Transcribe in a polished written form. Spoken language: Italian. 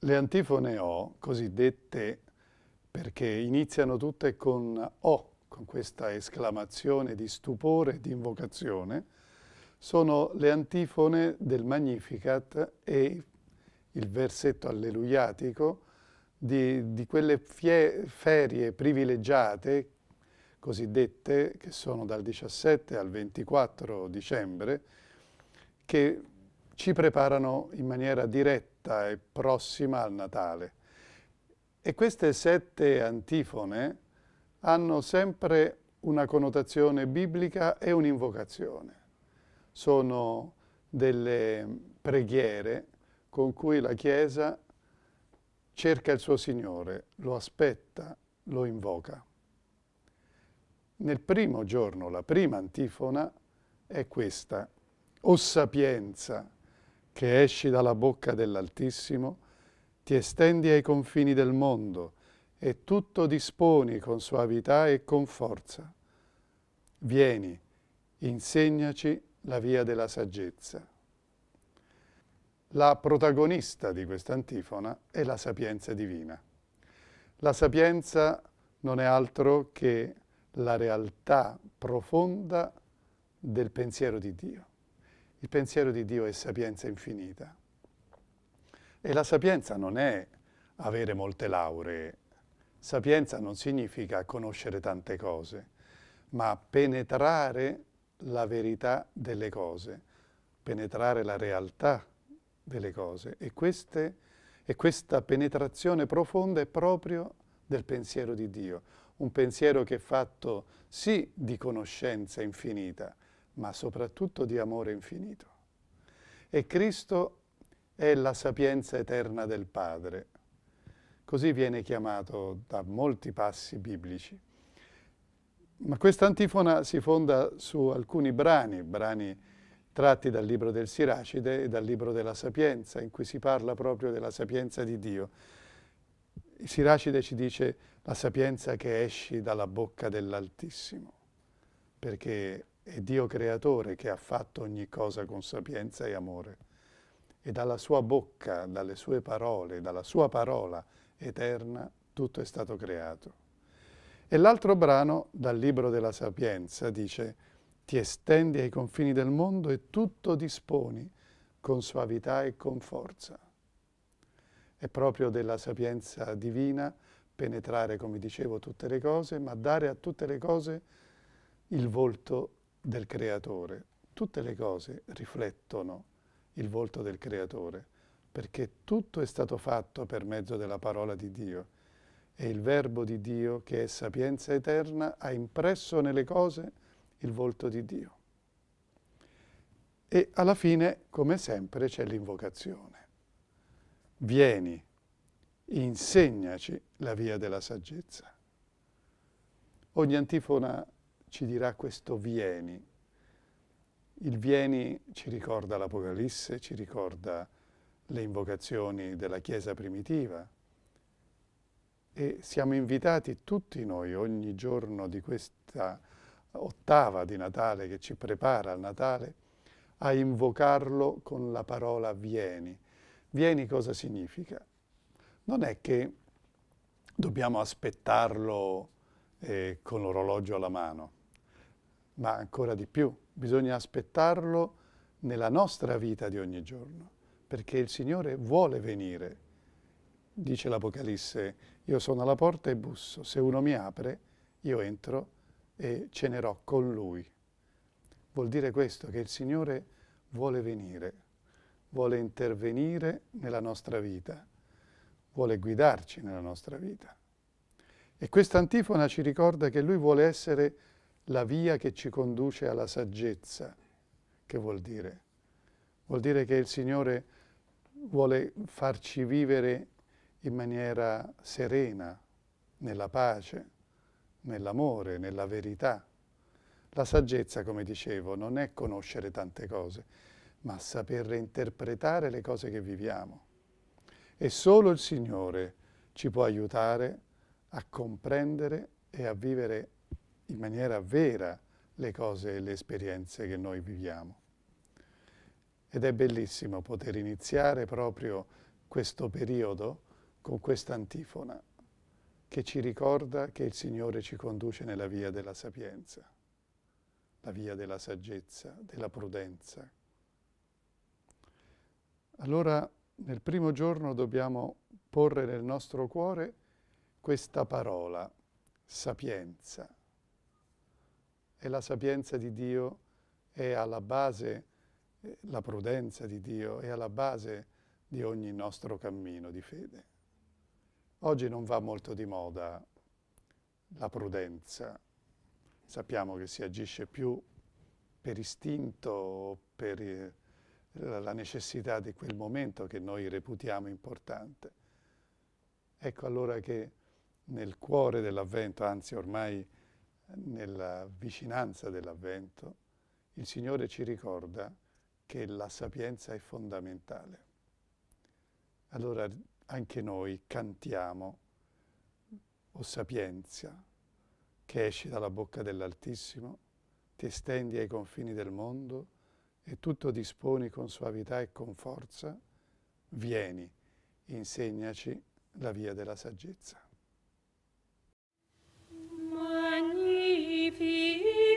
Le antifone O, cosiddette perché iniziano tutte con O, con questa esclamazione di stupore, di invocazione, sono le antifone del Magnificat e il versetto alleluiatico di quelle ferie privilegiate, cosiddette, che sono dal 17 al 24 dicembre, che ci preparano in maniera diretta e prossima al Natale. E queste 7 antifone hanno sempre una connotazione biblica e un'invocazione. Sono delle preghiere con cui la Chiesa cerca il suo Signore, lo aspetta, lo invoca. Nel primo giorno, la prima antifona è questa: O sapienza che esci dalla bocca dell'Altissimo, ti estendi ai confini del mondo e tutto disponi con soavità e con forza. Vieni, insegnaci la via della saggezza. La protagonista di questa antifona è la sapienza divina. La sapienza non è altro che la realtà profonda del pensiero di Dio. Il pensiero di Dio è sapienza infinita. E la sapienza non è avere molte lauree. Sapienza non significa conoscere tante cose, ma penetrare la verità delle cose, penetrare la realtà delle cose. E questa penetrazione profonda è proprio del pensiero di Dio. Un pensiero che è fatto sì di conoscenza infinita, ma soprattutto di amore infinito. E Cristo è la sapienza eterna del Padre. Così viene chiamato da molti passi biblici. Ma questa antifona si fonda su alcuni brani tratti dal libro del Siracide e dal libro della Sapienza, in cui si parla proprio della sapienza di Dio. Il Siracide ci dice la sapienza che esci dalla bocca dell'Altissimo, perché è Dio creatore che ha fatto ogni cosa con sapienza e amore. E dalla sua bocca, dalle sue parole, dalla sua parola eterna, tutto è stato creato. E l'altro brano, dal libro della Sapienza, dice: ti estendi ai confini del mondo e tutto disponi con soavità e con forza. È proprio della sapienza divina penetrare, come dicevo, tutte le cose, ma dare a tutte le cose il volto del Creatore. Tutte le cose riflettono il volto del Creatore, perché tutto è stato fatto per mezzo della parola di Dio. E il Verbo di Dio, che è sapienza eterna, ha impresso nelle cose il volto di Dio. E alla fine, come sempre, c'è l'invocazione. Vieni, insegnaci la via della saggezza. Ogni antifona ci dirà questo vieni. Il vieni ci ricorda l'Apocalisse, ci ricorda le invocazioni della Chiesa primitiva e siamo invitati tutti noi ogni giorno di questa ottava di Natale che ci prepara al Natale a invocarlo con la parola vieni. Vieni cosa significa? Non è che dobbiamo aspettarlo con l'orologio alla mano, ma ancora di più, bisogna aspettarlo nella nostra vita di ogni giorno, perché il Signore vuole venire. Dice l'Apocalisse: io sono alla porta e busso, se uno mi apre, io entro e cenerò con lui. Vuol dire questo, che il Signore vuole venire, vuole intervenire nella nostra vita, vuole guidarci nella nostra vita. E questa antifona ci ricorda che Lui vuole essere la via che ci conduce alla saggezza. Che vuol dire? Vuol dire che il Signore vuole farci vivere in maniera serena, nella pace, nell'amore, nella verità. La saggezza, come dicevo, non è conoscere tante cose, ma saper interpretare le cose che viviamo. E solo il Signore ci può aiutare a comprendere e a vivere in maniera vera le cose e le esperienze che noi viviamo. Ed è bellissimo poter iniziare proprio questo periodo con questa antifona che ci ricorda che il Signore ci conduce nella via della sapienza, la via della saggezza, della prudenza. Allora, nel primo giorno dobbiamo porre nel nostro cuore questa parola, sapienza. E la sapienza di Dio è alla base, la prudenza di Dio è alla base di ogni nostro cammino di fede. Oggi non va molto di moda la prudenza. Sappiamo che si agisce più per istinto o per la necessità di quel momento che noi reputiamo importante. Ecco allora che nel cuore dell'Avvento, anzi ormai nella vicinanza dell'Avvento, il Signore ci ricorda che la sapienza è fondamentale. Allora anche noi cantiamo, o sapienza, che esci dalla bocca dell'Altissimo, ti estendi ai confini del mondo e tutto disponi con suavità e con forza, vieni, insegnaci la via della saggezza. Magnifica